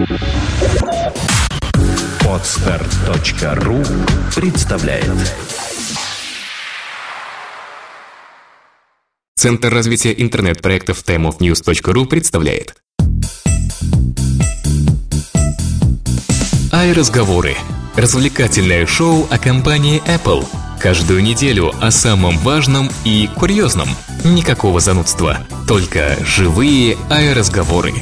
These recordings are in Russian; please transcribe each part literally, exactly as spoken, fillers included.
Подстарт точка ру представляет. Центр развития интернет-проектов тайм оф ньюс точка ру представляет. iRazговоры. Развлекательное шоу о компании Apple. Каждую неделю о самом важном и курьезном. Никакого занудства, только живые iRazговоры.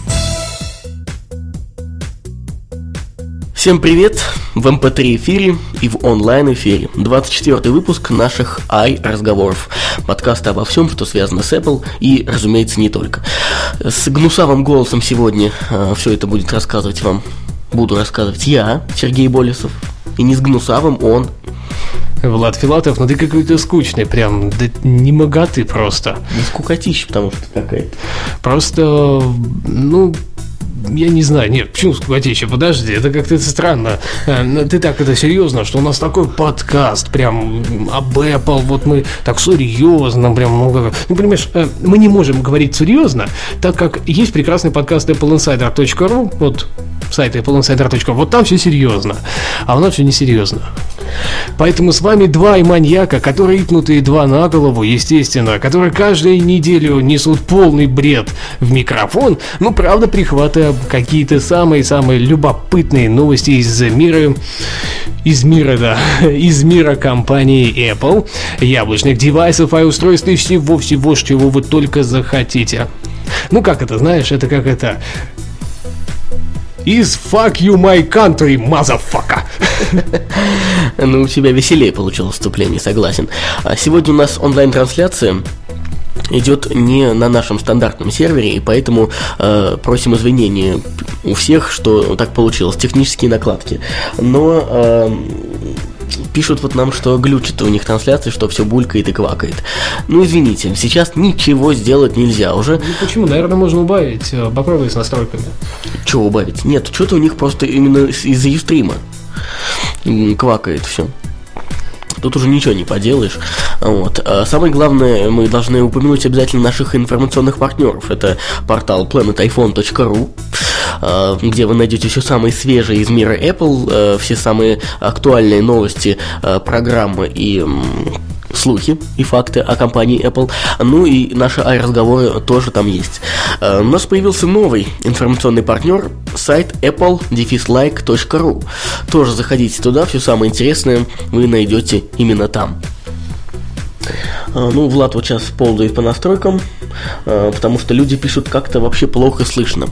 Всем привет! В эм пэ три эфире и в онлайн эфире двадцать четвёртый выпуск наших iRazговоров. Подкаста обо всем, что связано с Apple и, разумеется, не только. С гнусавым голосом сегодня э, все это будет рассказывать вам. Буду рассказывать я, Сергей Болесов, и не с гнусавым он. Влад Филатов, ну ты какой-то скучный, прям, да не моготы просто. Не скукотища, потому что какая-то. Просто, ну... Я не знаю, нет, почему скукотища, подожди, это как-то странно. Ты так это серьезно, что у нас такой подкаст, прям об Apple, вот мы так серьезно, прям, ну, как, ну понимаешь, мы не можем говорить серьезно, так как есть прекрасный подкаст эпл инсайдер точка ру, вот сайт эпл инсайдер точка ру, вот там все серьезно, а у нас все несерьезно. Поэтому с вами два маньяка, которые ипнутые два на голову, естественно, которые каждую неделю несут полный бред в микрофон, ну, правда, прихватывая какие-то самые-самые любопытные новости из мира, из мира, да, из мира компании Apple, яблочных девайсов, и-устройств и всего-всего, чего вы только захотите. Ну, как это, знаешь, это как это... Is fuck you my country, motherfucker. Ну, у тебя веселее получилось вступление, согласен. А сегодня у нас онлайн-трансляция идет не на нашем стандартном сервере, и поэтому э, просим извинения у всех, что так получилось, технические накладки. Но... Э, пишут вот нам, что глючит у них трансляция, что все булькает и квакает. Ну, извините, сейчас ничего сделать нельзя уже. Ну, почему? Наверное, можно убавить. Попробуй с настройками. Чего убавить? Нет, что-то у них просто именно из-за юстрима квакает все. Тут уже ничего не поделаешь. Вот. А самое главное, мы должны упомянуть обязательно наших информационных партнеров. Это портал планет айфон точка ру, где вы найдете все самое свежее из мира Apple, все самые актуальные новости, программы и слухи и факты о компании Apple. Ну и наши iRazговоры тоже там есть. У нас появился новый информационный партнер, сайт эпл лайк точка ру. Тоже заходите туда, все самое интересное вы найдете именно там. Ну, Влад вот сейчас ползает по настройкам, потому что люди пишут, как-то вообще плохо слышно.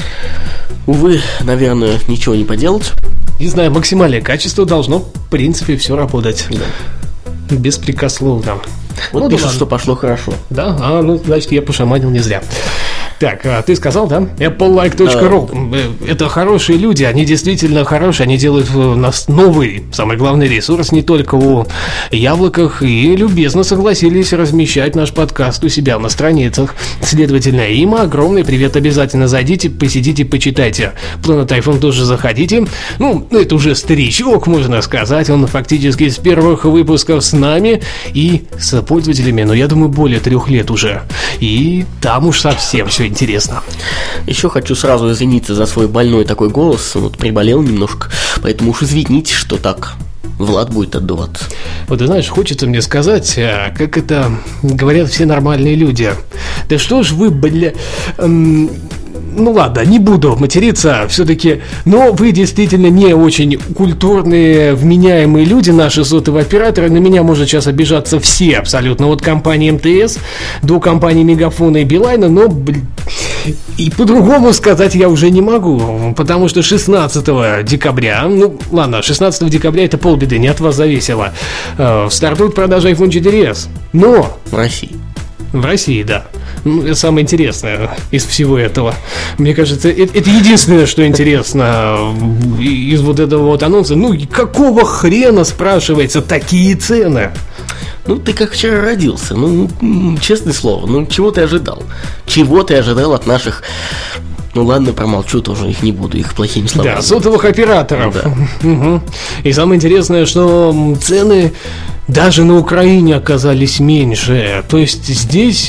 Увы, наверное, ничего не поделать. Не знаю, максимальное качество должно, в принципе, все работать. Да. Беспрекословно. Вот ну, пишут, да, что пошло хорошо. Да, а, ну, значит, я пошаманил не зря. Так, а ты сказал, да? эпл лайк точка ру. А... Это хорошие люди, они действительно хорошие, они делают у нас новый, самый главный ресурс, не только о яблоках, и любезно согласились размещать наш подкаст у себя на страницах. Следовательно, им огромный привет, обязательно зайдите, посидите, почитайте. Planet iPhone тоже заходите. Ну, это уже старичок, можно сказать, он фактически с первых выпусков с нами и с пользователями, но я думаю, более трех лет уже. И там уж совсем все интересно. Еще хочу сразу извиниться за свой больной такой голос. Вот приболел немножко, поэтому уж извините, что так Влад будет отдуваться. Вот ты знаешь, хочется мне сказать, как это говорят все нормальные люди. Да что ж вы, бля... Эм... Ну ладно, не буду материться, все-таки, но вы действительно не очень культурные, вменяемые люди, наши сотовые операторы. На меня может сейчас обижаться все абсолютно, от компании эм тэ эс до компании Мегафона и Билайна, но, блин, и по-другому сказать я уже не могу, потому что шестнадцатого декабря, ну ладно, шестнадцатого декабря это полбеды, не от вас зависело, э, стартует продажа айфон четыре эс, но... В России. В России, да. Ну, это самое интересное из всего этого. Мне кажется, это, это единственное, что интересно из вот этого вот анонса. Ну, какого хрена, спрашивается, такие цены? Ну, ты как вчера родился. Ну, честное слово, ну, чего ты ожидал? Чего ты ожидал от наших... Ну ладно, промолчу тоже, их не буду, их плохими словами. Да, сотовых операторов. Да. Угу. И самое интересное, что цены даже на Украине оказались меньше. То есть здесь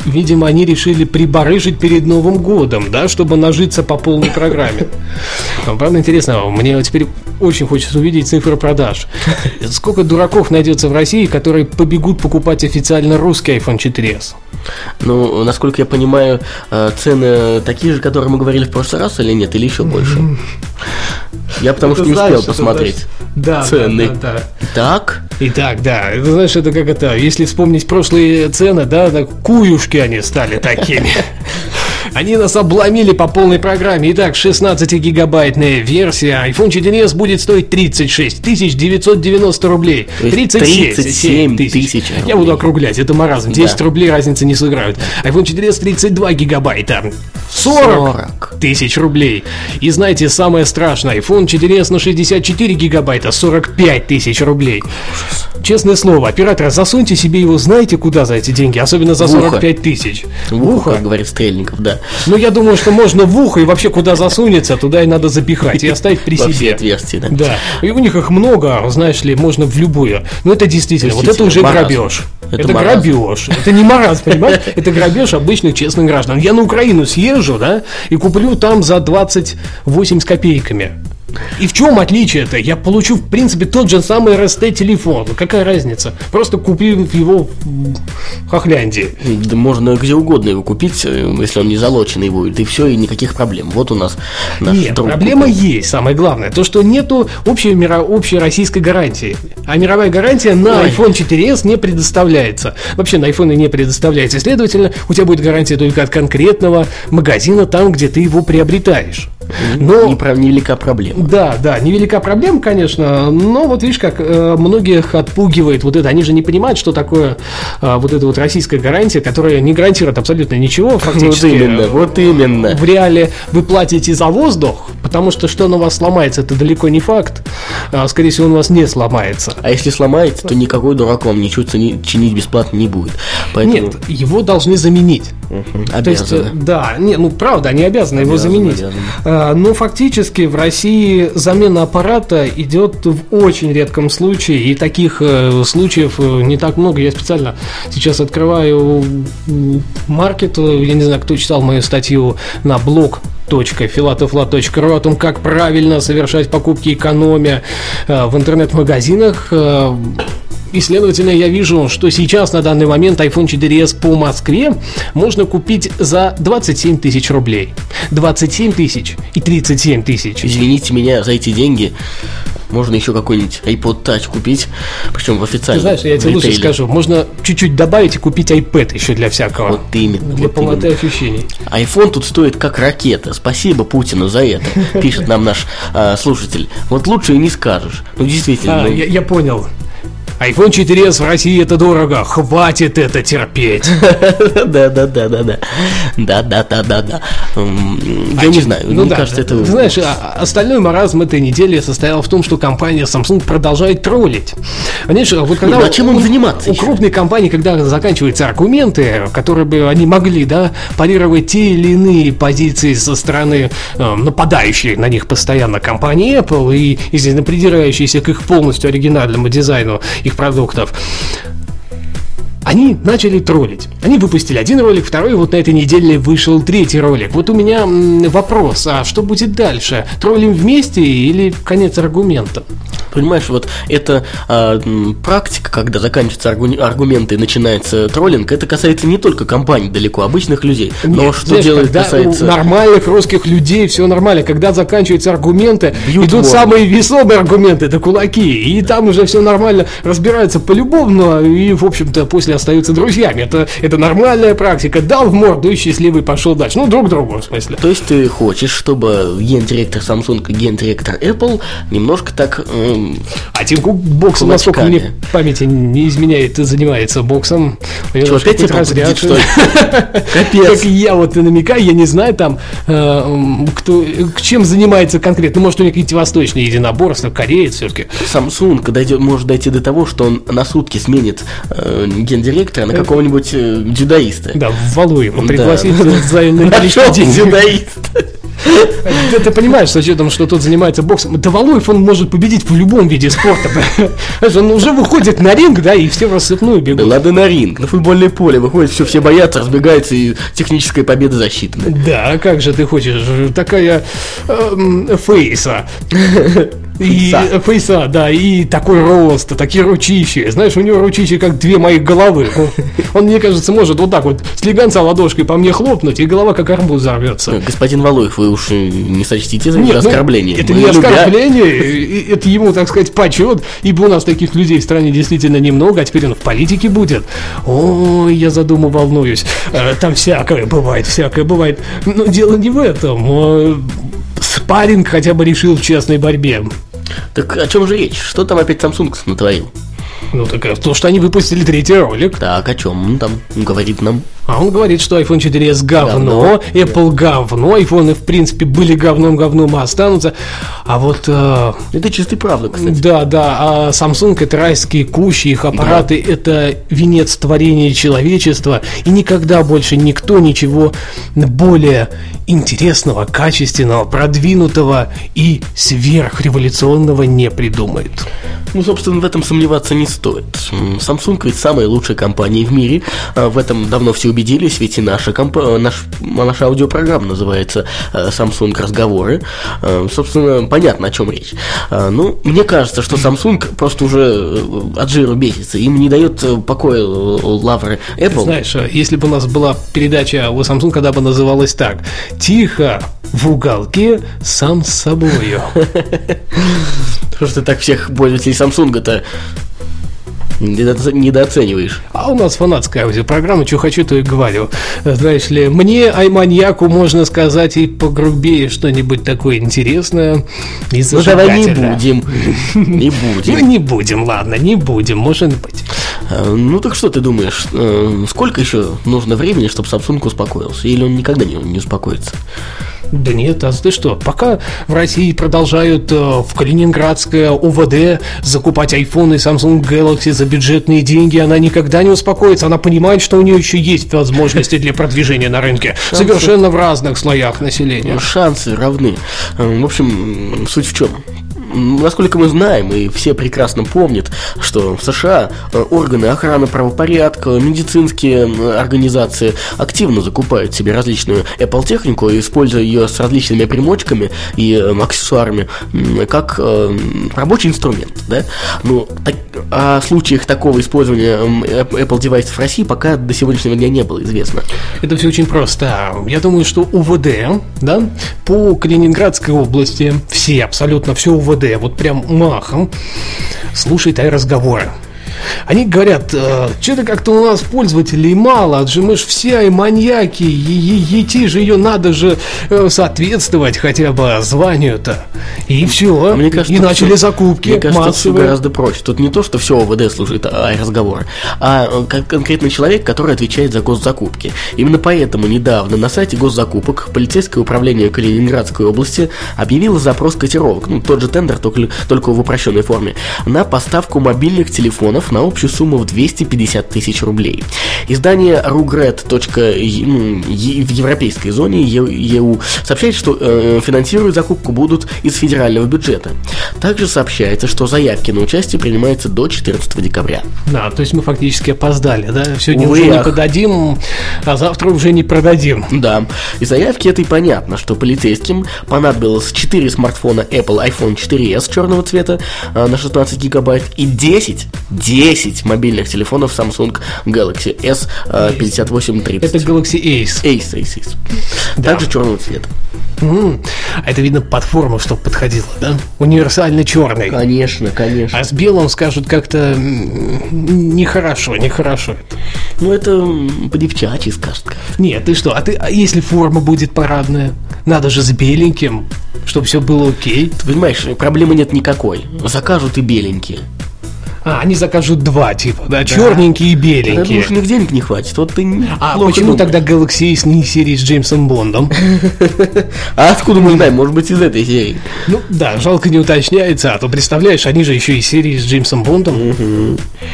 видимо, они решили прибарыжить перед Новым годом, да, чтобы нажиться по полной программе. Но, правда, интересно, мне теперь очень хочется увидеть цифры продаж. Сколько дураков найдется в России, которые побегут покупать официально русский айфон четыре эс? Ну, насколько я понимаю, цены такие же, которые мы говорили в прошлый раз, или нет, или еще больше? Я потому это что не знаешь, успел посмотреть да, цены. Да, да, да. Итак? Итак, да, это, знаешь, это как это, если вспомнить прошлые цены, да, так, куюшки они стали такими. Они нас обломили по полной программе. Итак, шестнадцатигигабайтная версия айфон четыре эс будет стоить тридцать шесть тысяч девятьсот девяносто рублей. тридцать семь тысяч. Я буду округлять, это маразм. десять да. рублей разницы не сыграют. айфон четыре эс тридцать два гигабайта. сорок тысяч рублей. И знаете, самое страшное, айфон четыре эс на шестьдесят четыре гигабайта, сорок пять тысяч рублей. Честное слово, оператор, засуньте себе его, знаете куда за эти деньги, особенно за сорок пять тысяч. В ухо, как говорит Стрельников, да. Ну, я думаю, что можно в ухо, и вообще куда засунется, туда и надо запихать, и оставить при себе. Во все отверстия, да. Да, и у них их много, знаешь ли, можно в любую. Но это действительно, действительно вот это уже маразм. Грабеж. Это, это грабеж. Это не маразм, понимаешь? Это грабеж обычных честных граждан. Я на Украину съезжу, да, и куплю там за двадцать восемь с копейками. И в чем отличие-то? Я получу, в принципе, тот же самый эр эс тэ-телефон. Какая разница? Просто купив его в Хохляндии. Да можно где угодно его купить, если он не залоченный будет. И все, и никаких проблем. Вот у нас наш Нет, друг проблема купил. есть, самое главное. То, что нету общей, миро... общей российской гарантии. А мировая гарантия на Ой. айфон четыре эс не предоставляется. Вообще на айфоны не предоставляется. Следовательно, у тебя будет гарантия только от конкретного магазина, там, где ты его приобретаешь. Но... Не про... Невелика проблема. Да, да, невелика проблема, конечно, но вот видишь, как э, многих отпугивает вот это. Они же не понимают, что такое э, вот эта вот российская гарантия, которая не гарантирует абсолютно ничего, фактически. Вот именно, вот именно. В реале вы платите за воздух, потому что что на вас сломается, это далеко не факт. А, скорее всего, он у вас не сломается. А если сломается, то никакой дурак вам ничего чинить бесплатно не будет. Поэтому... Нет, его должны заменить. Угу. То есть, да, не, ну правда, они обязаны его заменить. А, но фактически в России замена аппарата идет в очень редком случае, и таких э, случаев не так много. Я специально сейчас открываю маркет, я не знаю, кто читал мою статью на блог filatoflat точка ру о том, как правильно совершать покупки экономия э, в интернет-магазинах. Э, И, следовательно, я вижу, что сейчас на данный момент айфон четыре эс по Москве можно купить за двадцать семь тысяч рублей. двадцать семь тысяч и тридцать семь тысяч. Извините меня, за эти деньги можно еще какой-нибудь iPod Touch купить, причем в официальном. Ты знаешь, я тебе лучше скажу, можно чуть-чуть добавить и купить iPad еще для всякого. Вот именно. Для вот полноты именно. ощущений. iPhone тут стоит как ракета. Спасибо Путину за это, пишет нам наш а, слушатель. Вот лучше и не скажешь. Ну, действительно. А, ну... я, я понял. айфон четыре эс в России это дорого, хватит это терпеть. Да, да, да, да, да. Да, да, да, да, да. Я не знаю, мне кажется, это. Знаешь, остальной маразм этой недели состоял в том, что компания Samsung продолжает троллить. Понимаешь, вот когда а чем им заниматься? У крупной компании, когда заканчиваются аргументы, которые бы они могли, да, парировать те или иные позиции со стороны э, нападающей на них постоянно компании Apple и, естественно, придирающейся к их полностью оригинальному дизайну их продуктов, они начали троллить. Они выпустили один ролик, второй, вот на этой неделе вышел третий ролик. Вот у меня м, вопрос, а что будет дальше? Троллим вместе или конец аргумента? Понимаешь, вот эта а, м, практика, когда заканчиваются аргу- аргументы и начинается троллинг, это касается не только компаний далеко, обычных людей. Но Нет, что знаешь, делает когда касается... у нормальных русских людей все нормально. Когда заканчиваются аргументы, Бьют идут морду. самые весомые аргументы, это кулаки. И там уже все нормально, разбираются полюбовно, и, в общем-то, после остаются друзьями. Это, это нормальная практика. Дал в морду и счастливый пошел дальше. Ну, друг другу, в смысле. То есть ты хочешь, чтобы гендиректор Samsung и гендиректор Apple немножко так... Эм, а Тим Кук боксом, насколько мне памяти не изменяет, занимается боксом. Что, опять тебе разряд, что ли? Капец. Как я вот и намекаю, я не знаю там, э, кто, к чем занимается конкретно. Может, у них какие-то восточные единоборства, кореец все-таки. Samsung дойдет, может дойти до того, что он на сутки сменит э, гендиректора на какого-нибудь э, дзюдоиста. Да, в Валуева пригласить да. за Нашел дзюдоист. Ты, ты понимаешь, с учетом, что тот занимается боксом, да Валуев он может победить в любом виде спорта. Он уже выходит на ринг, да, и все в рассыпную бегут. Да надо на ринг, на футбольное поле выходит, все, все боятся, разбегаются, и техническая победа засчитана. Да, а как же ты хочешь, такая эм, фейса. И Фейса. фейса, да, и такой рост, такие ручищи. Знаешь, у него ручищи как две моих головы. Он, мне кажется, может вот так вот слегонца ладошкой по мне хлопнуть, и голова как арбуз взорвется. Господин Валуев, вы уж не сочтите за Нет, ну, оскорбление. это Мы, не любя- оскорбление, это ему, так сказать, почет, ибо у нас таких людей в стране действительно немного, а теперь он в политике будет. Ой, я за Думу волнуюсь. Э, Там всякое бывает, всякое бывает. Но дело не в этом. Э, Спарринг хотя бы решил в честной борьбе. Так о чем же речь? Что там опять Samsung натворил? Ну так э, то, что они выпустили третий ролик. Так, о чем он там говорит нам? А он говорит, что iPhone четыре эс говно, Говно. Apple говно, айфоны в принципе были говном-говном, а останутся. А вот... э, Это чистая правда, кстати. Да, да, а Samsung это райские кущи, их аппараты это венец творения человечества, и никогда больше никто ничего более интересного, качественного, продвинутого и сверхреволюционного не придумает. Ну, собственно, в этом сомневаться не стоит. М, Samsung ведь самая лучшая компания в мире. А В этом давно все убедились, ведь и наша, комп- наш, наша аудиопрограмма называется э, Samsung Разговоры. Э, Собственно, понятно, о чем речь. А, Ну, мне кажется, что Samsung просто уже э, от жиру бесится. Им не дает э, покоя э, лавры Ты Apple. знаешь, а если бы у нас была передача у Samsung, когда бы называлась так: «Тихо в уголке сам с собою». Что ж ты так всех пользователей Samsung-то недооце- недооцениваешь? А у нас фанатская аудиопрограмма, что хочу, то и говорю. Знаешь ли, мне, айманьяку, можно сказать и погрубее что-нибудь такое интересное и Ну, давай не зажигательное. будем. Не Ну, будем. не будем, ладно, не будем, может быть. А, Ну так что ты думаешь, э, сколько еще нужно времени, чтобы Samsung успокоился? Или он никогда не, не успокоится? Да нет, а ты что, пока в России продолжают э, в Калининградское ОВД закупать айфоны Samsung Galaxy за бюджетные деньги, она никогда не успокоится, она понимает, что у нее еще есть возможности для продвижения на рынке, совершенно в разных слоях населения. Шансы равны. Э, В общем, м, суть в чем? М, Насколько мы знаем, и все прекрасно помнят, что в США э, органы охраны правопорядка, медицинские м, организации активно закупают себе различную Apple технику, используя ее с различными примочками и э, аксессуарами м, как э, рабочий инструмент. Да? Ну, так- о случаях такого использования м, Apple девайсов в России пока до сегодняшнего дня не было известно. Это все очень просто. Я думаю, что УВД, да, по Калининградской области, все, абсолютно все УВД, вот прям махом, слушает разговоры. Они говорят, э, что-то как-то у нас пользователей мало, же мы же все маньяки, идти же ее надо же э, соответствовать хотя бы званию-то. И все, Мне кажется, и тут начали всё- закупки Мне кажется, тут все массовые. гораздо проще. Тут не то, что все ОВД слушает разговоры, а э, кон- конкретный человек, который отвечает за госзакупки. Именно поэтому недавно на сайте госзакупок полицейское управление Калининградской области объявило запрос котировок, ну тот же тендер, только, только в упрощенной форме, на поставку мобильных телефонов на общую сумму в двести пятьдесят тысяч рублей. Издание Ругрет. Ну, е- в европейской зоне Е- ЕУ сообщает, что э, финансируют закупку будут из федерального бюджета. Также сообщается, что заявки на участие принимаются до четырнадцатого декабря. Да, то есть мы фактически опоздали, да? Сегодня Увы, уже не ах. подадим, а завтра уже не продадим. Да, из заявки этой понятно, что полицейским понадобилось четыре смартфона Apple iPhone четыре эс черного цвета а, на шестнадцать гигабайт и десять, десять мобильных телефонов Samsung Galaxy эс а, пятьдесят восемь тридцать. Это Galaxy Ace. Ace, Ace, Ace. Да. Также черного цвета. М, А это видно под форму, чтобы подходило, да? Универсально черный. Конечно, конечно. А с белым скажут как-то м, нехорошо, нехорошо это. Ну это м, по-девчачьи скажет. Нет, ты что, а ты, а если форма будет парадная? Надо же с беленьким, чтобы все было окей. Ты понимаешь, проблемы нет никакой. Закажут и беленькие. А, они закажут два типа, да, черненькие и Тогда беленькие. уж у них денег не хватит. Вот ты А плохо почему думаешь. тогда Galaxy Ace не из серии с Джеймсом Бондом? А откуда мы знаем? Может быть, из этой серии. Ну да, жалко не уточняется, а то представляешь, они же еще из серии с Джеймсом Бондом.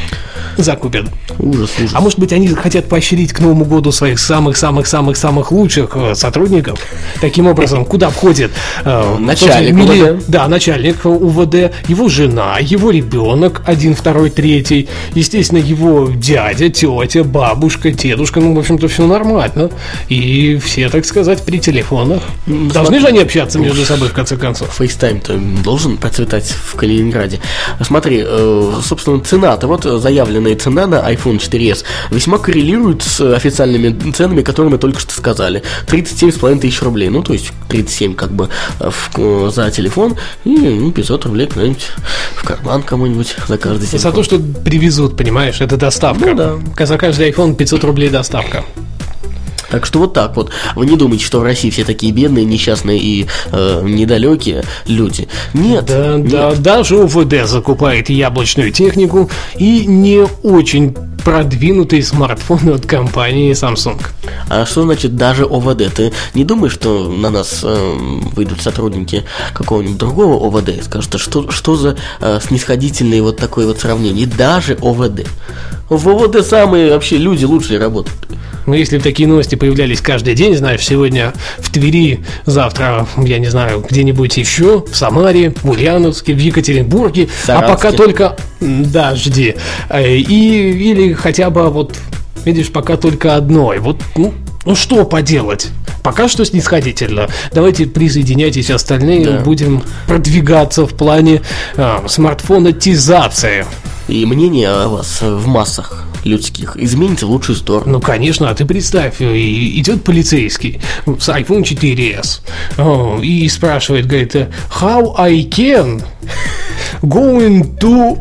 закупят. Ужас, ужас. А может быть, они хотят поощрить к Новому году своих самых-самых-самых-самых лучших сотрудников? Таким образом, куда входит э, начальник мили... УВД. Да, начальник УВД, его жена, его ребенок, один, второй, третий, естественно, его дядя, тетя, бабушка, дедушка, ну, в общем-то, все нормально. И все, так сказать, при телефонах. Ну, Должны смотри, же они общаться между собой, в конце концов. Фейстайм-то должен процветать в Калининграде. Смотри, э, собственно, цена-то, вот заявленная цена на iPhone четыре эс весьма коррелирует с официальными ценами, которые мы только что сказали. тридцать семь с половиной тысяч рублей, ну, то есть тридцать семь как бы в, за телефон и ну, пятьсот рублей куда-нибудь в карман кому-нибудь за каждый телефон. За то, что привезут, понимаешь, это доставка. Ну, да. За каждый iPhone пятьсот рублей доставка. Так что вот так вот. Вы не думаете, что в России все такие бедные, несчастные и э, недалекие люди. Нет. Да, нет. да, даже УВД закупает яблочную технику и не очень продвинутые смартфоны от компании Samsung. А что значит даже ОВД? Ты не думаешь, что на нас э, выйдут сотрудники какого-нибудь другого ОВД и скажут, что, что за э, снисходительное вот такое вот сравнение? Даже ОВД. В ОВД самые вообще люди лучшие работают. Ну, если бы такие новости появлялись каждый день, знаешь, сегодня в Твери, завтра, я не знаю, где-нибудь еще, в Самаре, в Ульяновске, в Екатеринбурге, Саратовске. А пока только... Да, жди. И, или хотя бы вот, видишь, пока только одной. Вот, ну, ну что поделать? Пока что снисходительно. Давайте присоединяйтесь остальные, Да. будем продвигаться в плане а, смартфонатизации. И мнение о вас в массах людских изменится в лучшую сторону. Ну, конечно, а ты представь, и- идет полицейский с iPhone четыре эс о, и спрашивает, говорит, how I can go into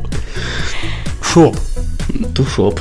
shop? Тушоп.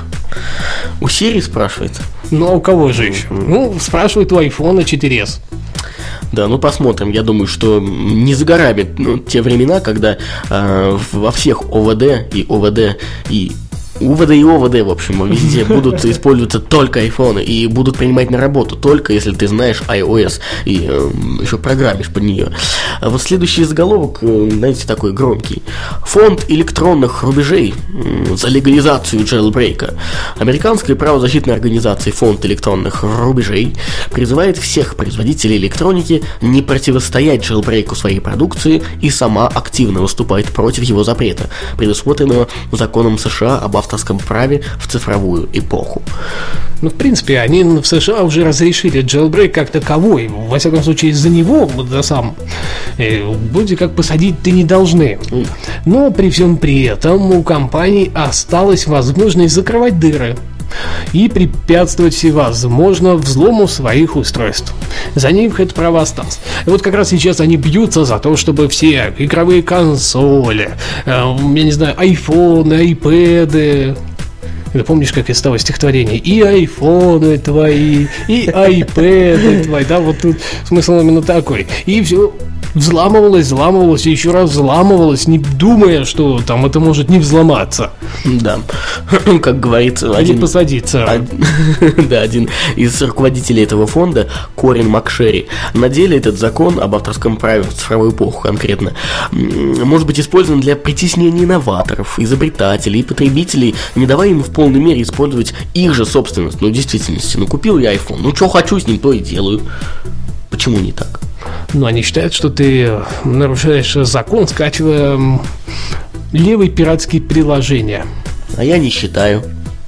У Сири спрашивает. Ну, а у кого же еще? Ну, спрашивает у iPhone четыре эс. Да, ну посмотрим. Я думаю, что не за горами ну, те времена, когда э, во всех ОВД и ОВД и УВД и ОВД, в общем, везде будут использоваться только айфоны и будут принимать на работу только если ты знаешь iOS и э, еще программишь под нее. А вот следующий заголовок, э, знаете, такой громкий. Фонд электронных рубежей э, за легализацию джейлбрейка. Американская правозащитная организация Фонд электронных рубежей призывает всех производителей электроники не противостоять джейлбрейку своей продукции и сама активно выступает против его запрета, предусмотренного законом США об авторском праве в цифровую эпоху. Ну, в принципе, они в США уже разрешили jailbreak как таковой. Во всяком случае, из-за него, вот за сам, э, вроде как посадить-то не должны. Но при всем при этом у компаний осталась возможность закрывать дыры и препятствовать всевозможно взлому своих устройств. За них это право осталось. И вот как раз сейчас они бьются за то, чтобы все игровые консоли, э, я не знаю, айфоны, айпэды. Ты помнишь, как из того стихотворения? И айфоны твои, и айпэды твои. Да, вот тут смысл именно такой. И все взламывалось, взламывалось, и еще раз взламывалось, не думая, что там это может не взломаться. Да, как говорит Или один, посадиться. один, да, один из руководителей этого фонда, Корин Макшери. На деле этот закон об авторском праве в цифровую эпоху конкретно м, может быть использован для притеснения инноваторов, изобретателей и потребителей, не давая им в полной мере использовать их же собственность. Ну, в действительности, ну, купил я iPhone, ну, что хочу с ним, то и делаю. Почему не так? Ну, они считают, что ты нарушаешь закон, скачивая м, левые пиратские приложения. А я не считаю.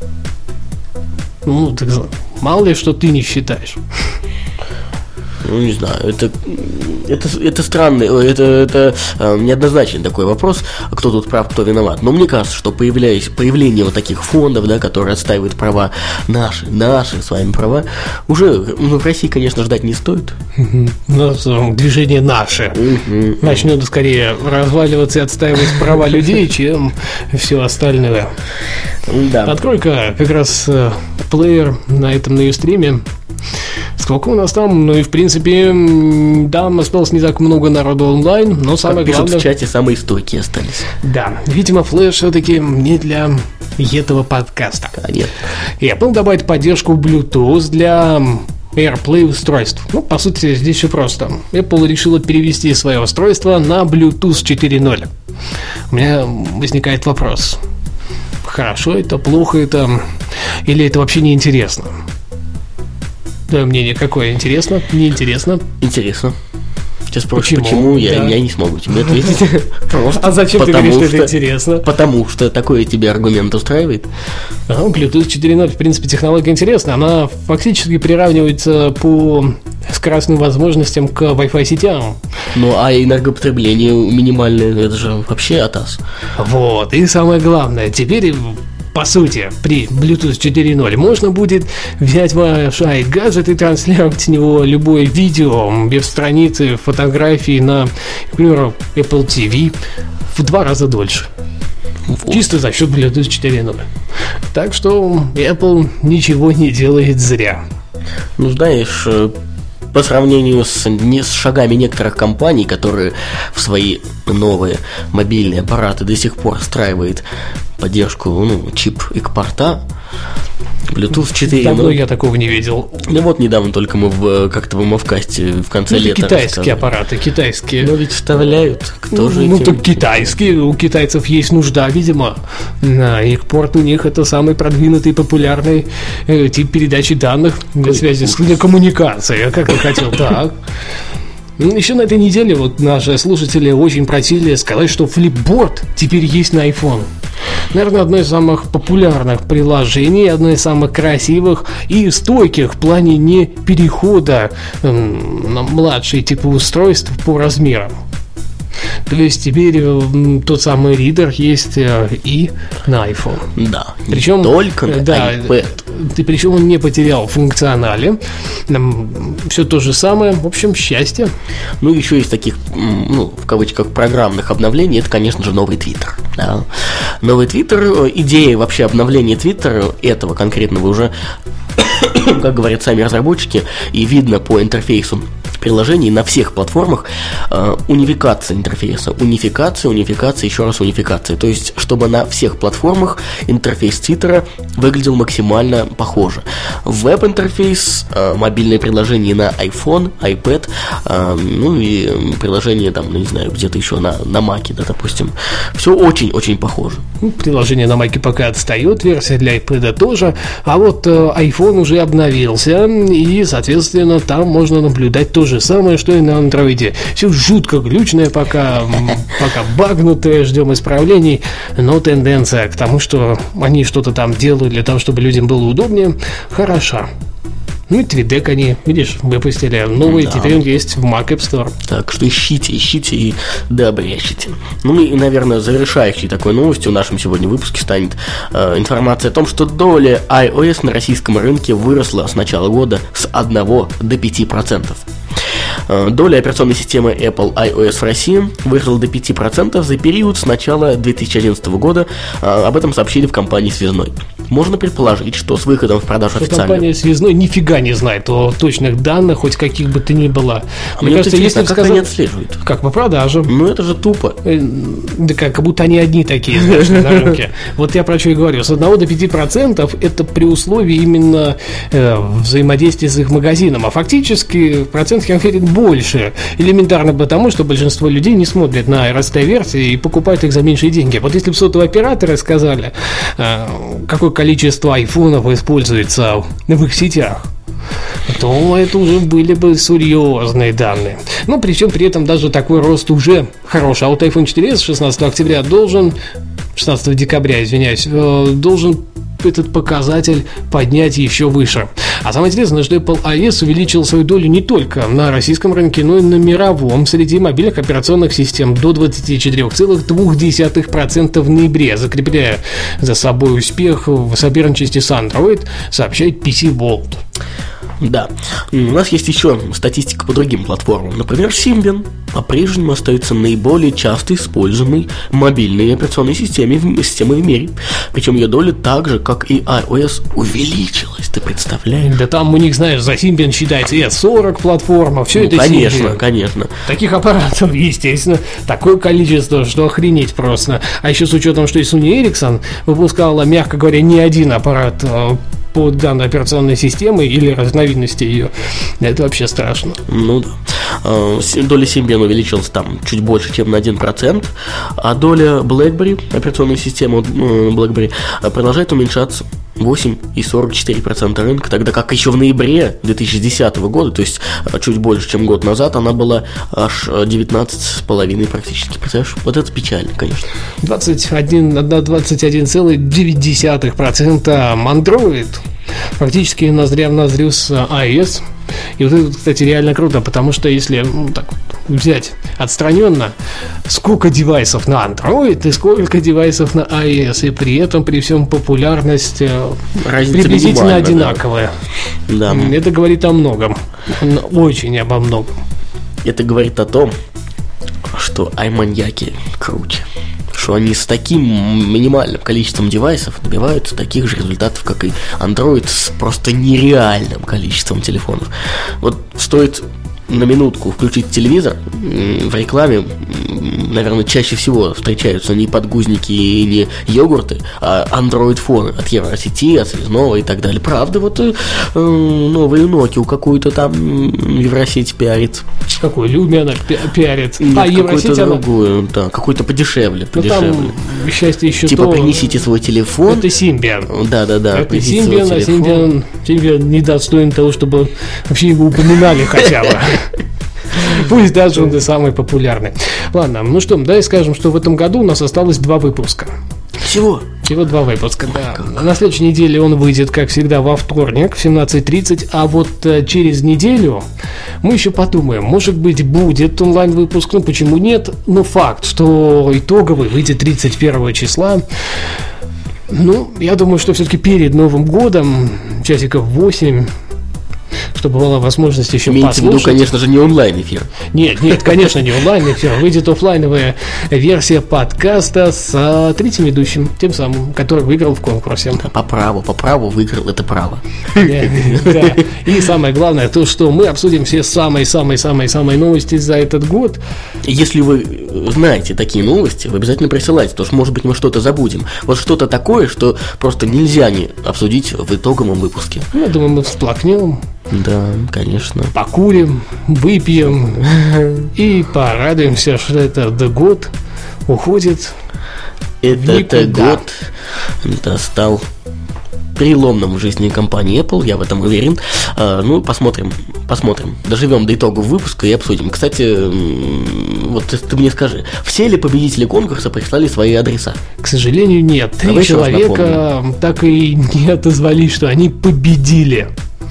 Ну, так мало ли, что ты не считаешь. Ну, не знаю, это, это, это странный, ой, это, это э, неоднозначный такой вопрос, кто тут прав, кто виноват. Но мне кажется, что появляясь, появление вот таких фондов, да, которые отстаивают права наши, наши с вами права, уже ну, в России, конечно, ждать не стоит. У нас э, движение наше начнет скорее разваливаться и отстаивать права людей, чем все остальное. Да. Открой-ка как раз э, плеер на этом на стриме. Сколько у нас там? Ну и в принципе, м, да, осталось не так много народу онлайн, но самое Как пишут главное... в чате, самые стойкие остались. Да, видимо, флеш все-таки не для этого подкаста. Конечно. Apple добавит поддержку Bluetooth для AirPlay устройств. Ну, по сути, здесь все просто. Apple решила перевести свое устройство на Bluetooth четыре ноль. У меня возникает вопрос. хорошо это, плохо это, или это вообще неинтересно? Твое мнение какое? Интересно? Неинтересно? Интересно. Сейчас спрошу, Почему? почему, я, Да. я не смогу тебе ответить. Просто А зачем ты потому говоришь, что это что- интересно? Потому что такой тебе аргумент устраивает. А, Bluetooth четыре ноль, в принципе, технология интересная. Она фактически приравнивается по скоростным возможностям к Wi-Fi сетям. Ну, а энергопотребление минимальное, это же вообще атас. Вот, и самое главное, теперь, по сути, при Bluetooth четыре ноль можно будет взять ваш iGadget и транслировать с него любое видео, без страницы, фотографии на, к примеру, Apple ти ви в два раза дольше. Вот. Чисто за счет Bluetooth четыре ноль. Так что Apple ничего не делает зря. Ну, знаешь, э, по сравнению с, не, с шагами некоторых компаний, которые в свои новые мобильные аппараты до сих пор встраивают поддержку, ну, чип экпорта, Bluetooth четыре Давно ноль. я такого не видел. Ну вот недавно только мы в, как-то в Мовкасте в конце Ну, это лета китайские рассказывали. аппараты, китайские. Но ведь вставляют, кто же Ну, этим- так китайские, у китайцев есть нужда, видимо. На экспорт у них это самый продвинутый, популярный э, тип передачи данных для связи с для коммуникацией. А как ты хотел? Так. Еще на этой неделе вот наши слушатели очень просили сказать, что флипборд теперь есть на iPhone. Наверное, одно из самых популярных приложений, одно из самых красивых и стойких в плане не перехода эм, на младшие типы устройств по размерам. То есть теперь м, тот самый ридер есть э, и на iPhone. Да, Причем, не только на э, да, iPad. Ты, причем он не потерял в функционале. Все то же самое. В общем, счастье. Ну, еще из таких, м, ну, в кавычках, программных обновлений, это, конечно же, новый Твиттер. Да. Новый Твиттер, идея вообще обновления Твиттера, этого конкретного уже, как говорят сами разработчики, и видно по интерфейсу приложений на всех платформах, э, унификация интерфейса, унификация, унификация, еще раз унификация. То есть, чтобы на всех платформах интерфейс Твиттера выглядел максимально похоже. Веб-интерфейс, э, мобильные приложения на iPhone, iPad, э, ну и э, приложения там, ну, не знаю, где-то еще на, на Mac, да, допустим. Все очень-очень похоже. Ну, приложение на Маке пока отстает, версия для iPad тоже. А вот э, iPhone уже обновился, и, соответственно, там можно наблюдать то же самое, что и на андроиде. Все жутко глючное пока, м, пока багнутое, ждем исправлений, но тенденция к тому, что они что-то там делают для того, чтобы людям было удобнее, хороша. Ну и твидек они, видишь, выпустили новый, Да. теперь он есть в Mac App Store. Так что ищите, ищите и добрящите. Ну и, наверное, завершающей такой новостью в нашем сегодня выпуске станет э, информация о том, что доля iOS на российском рынке выросла с начала года с одного до пяти процентов. Э, Доля операционной системы Apple iOS в России выросла до пяти процентов за период с начала две тысячи одиннадцатого года. Э, Об этом сообщили в компании «Связной». Можно предположить, что с выходом в продажу Что официально... компания Связной нифига не знает о точных данных, хоть каких бы то ни было. А мне вот интересно, бы как они отслеживают? Как по продажам. Ну это же тупо. Э, Да как, как будто они одни такие, знаешь, на рынке. Вот я про что и говорю. С одного до пяти процентов это при условии именно э, взаимодействия с их магазином. А фактически процент конферит больше. Элементарно потому, что большинство людей не смотрят на эр эс ти-версии и покупают их за меньшие деньги. Вот если бы сотовые операторы сказали, э, какое количество айфонов используется в их сетях, то это уже были бы серьезные данные. Но причем при этом даже такой рост уже хороший. А вот iPhone четыре эс шестнадцатого октября должен, шестнадцатого декабря, извиняюсь, э, должен этот показатель поднять еще выше. А самое интересное, что Apple iOS увеличил свою долю не только на российском рынке, но и на мировом среди мобильных операционных систем до двадцать четыре целых две десятых процента в ноябре, закрепляя за собой успех в соперничестве с Android, сообщает пи си World. Да. У нас есть еще статистика по другим платформам. Например, Symbian по-прежнему остается наиболее часто используемой мобильной операционной системой, системой в мире. Причем ее доля так же, как и iOS, увеличилась. Ты представляешь? Да там у них, знаешь, за Symbian считается и сорок платформа, все Ну, это конечно, Symbian. конечно. Таких аппаратов, естественно, такое количество, что охренеть просто. А еще с учетом, что и Sony Ericsson выпускала, мягко говоря, не один аппарат э, по данной операционной системе или разновидности ее, это вообще страшно. Ну да. Доля Symbian увеличилась там чуть больше, чем на один процент, а доля BlackBerry, операционной системы BlackBerry, продолжает уменьшаться. восемь и сорок четыре сотых процента рынка, тогда как еще в ноябре две тысячи десятого года, то есть чуть больше, чем год назад, она была аж девятнадцать с половиной практически. Представляешь? Вот это печально, конечно. двадцать один целых девять десятых процента Android фактически ноздря в ноздрю с iOS. И вот это, кстати, реально круто, потому что если ну, так вот, взять отстраненно, сколько девайсов на Android и сколько девайсов на iOS, и при этом, при всем популярность разница приблизительно одинаковая. Да. Да. Это говорит о многом, очень обо многом. Это говорит о том, что ай-маньяки круче, что они с таким минимальным количеством девайсов добиваются таких же результатов, как и Android с просто нереальным количеством телефонов. Вот стоит на минутку включить телевизор, в рекламе, наверное, чаще всего встречаются не подгузники и не йогурты, а Android-фоны от Евросети, от Связного и так далее. Правда, вот э, новые Nokia какую-то там Евросеть пиарит. Какой? Lumia она пи- пиарит. Нет, а Евросеть она... другую, да, какой-то подешевле, подешевле. Ну, там счастье еще типа то... принесите свой телефон. Это Symbian. Да-да-да. Это Symbian, а Symbian, Symbian недостоин того, чтобы вообще его упоминали хотя бы. Пусть даже он и самый популярный. Ладно, ну что, давай скажем, что в этом году у нас осталось два выпуска. Всего? Всего два выпуска, да. На следующей неделе он выйдет, как всегда, во вторник в семнадцать тридцать, а вот э, через неделю мы еще подумаем, может быть, будет онлайн-выпуск, ну почему нет, но факт, что итоговый выйдет тридцать первого числа. Ну, я думаю, что все-таки перед Новым годом, часиков восемь, чтобы была возможность еще Имеется послушать. в виду, конечно же, не онлайн-эфир. Нет, нет, конечно, не онлайн-эфир. Выйдет офлайновая версия подкаста с а, третьим ведущим, тем самым, который выиграл в конкурсе. Да, по праву, по праву выиграл это право. Да. И самое главное, то, что мы обсудим все самые-самые-самые-самые новости за этот год. Если вы знаете такие новости, вы обязательно присылайте, потому что, может быть, мы что-то забудем. Вот что-то такое, что просто нельзя не обсудить в итоговом выпуске. Я думаю, мы всплакнем. Да, конечно. Покурим, выпьем и порадуемся, что этот год уходит. Этот год это стал переломным в жизни компании Apple, я в этом уверен. А, ну, посмотрим, посмотрим. Доживем до итогов выпуска и обсудим. Кстати, вот ты, ты мне скажи, все ли победители конкурса прислали свои адреса? К сожалению, нет. Три человека так и не отозвались, что они победили.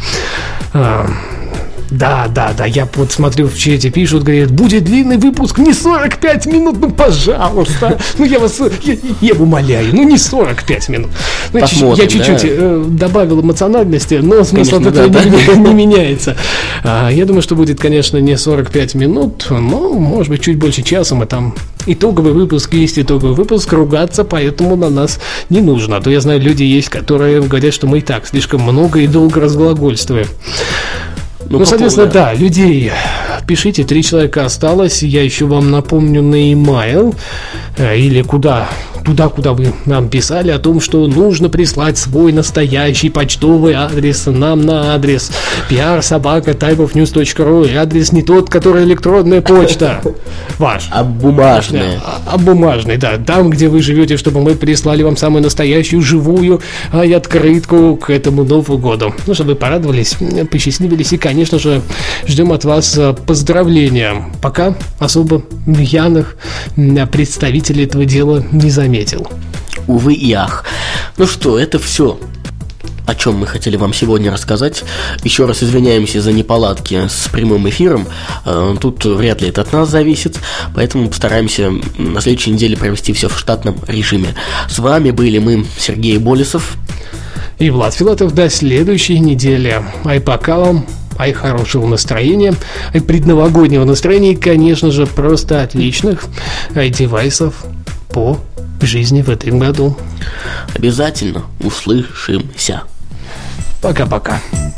А, да, да, да, я вот смотрю в чате, пишут, говорят, будет длинный выпуск, не сорок пять минут, ну пожалуйста, ну я вас, я, я умоляю, ну не сорок пять минут. Ну, я чуть-чуть да? э, добавил эмоциональности, но смысл от этого да, не, да. не меняется. А, я думаю, что будет, конечно, не сорок пять минут, но, может быть, чуть больше часа мы там... Итоговый выпуск есть итоговый выпуск, ругаться поэтому на нас не нужно. А то я знаю, люди есть, которые говорят, что мы и так слишком много и долго разглагольствуем. Ну, ну соответственно, поводу, да. да, людей пишите, три человека осталось. Я еще вам напомню на e-mail э, или куда, туда, куда вы нам писали о том, что нужно прислать свой настоящий почтовый адрес нам на адрес пи ар собака тайп оф ньюс точка ру. И адрес не тот, который электронная почта. Ваш. А бумажная. А, а бумажный, да. Там, где вы живете, чтобы мы прислали вам самую настоящую, живую а, и открытку к этому Новому году. Ну, чтобы вы порадовались, посчастливились и, конечно же, ждем от вас поздравления. Пока особо рьяных представителей этого дела не заметил. Увы и ах. Ну что, это все, о чем мы хотели вам сегодня рассказать. Еще раз извиняемся за неполадки с прямым эфиром. Тут вряд ли это от нас зависит, поэтому постараемся на следующей неделе провести все в штатном режиме. С вами были мы, Сергей Болесов и Влад Филатов. До следующей недели. Ай, пока вам. Ай, хорошего настроения, ай, предновогоднего настроения и, конечно же, просто отличных ай, девайсов по жизни в этом году. Обязательно услышимся. Пока-пока.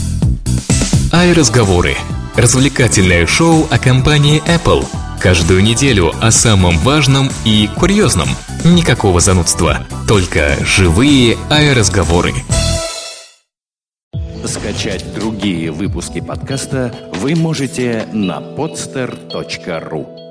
Ай-разговоры. Развлекательное шоу о компании Apple. Каждую неделю о самом важном и курьезном. Никакого занудства. Только живые ай-разговоры. Скачать другие выпуски подкаста вы можете на podster точка ру.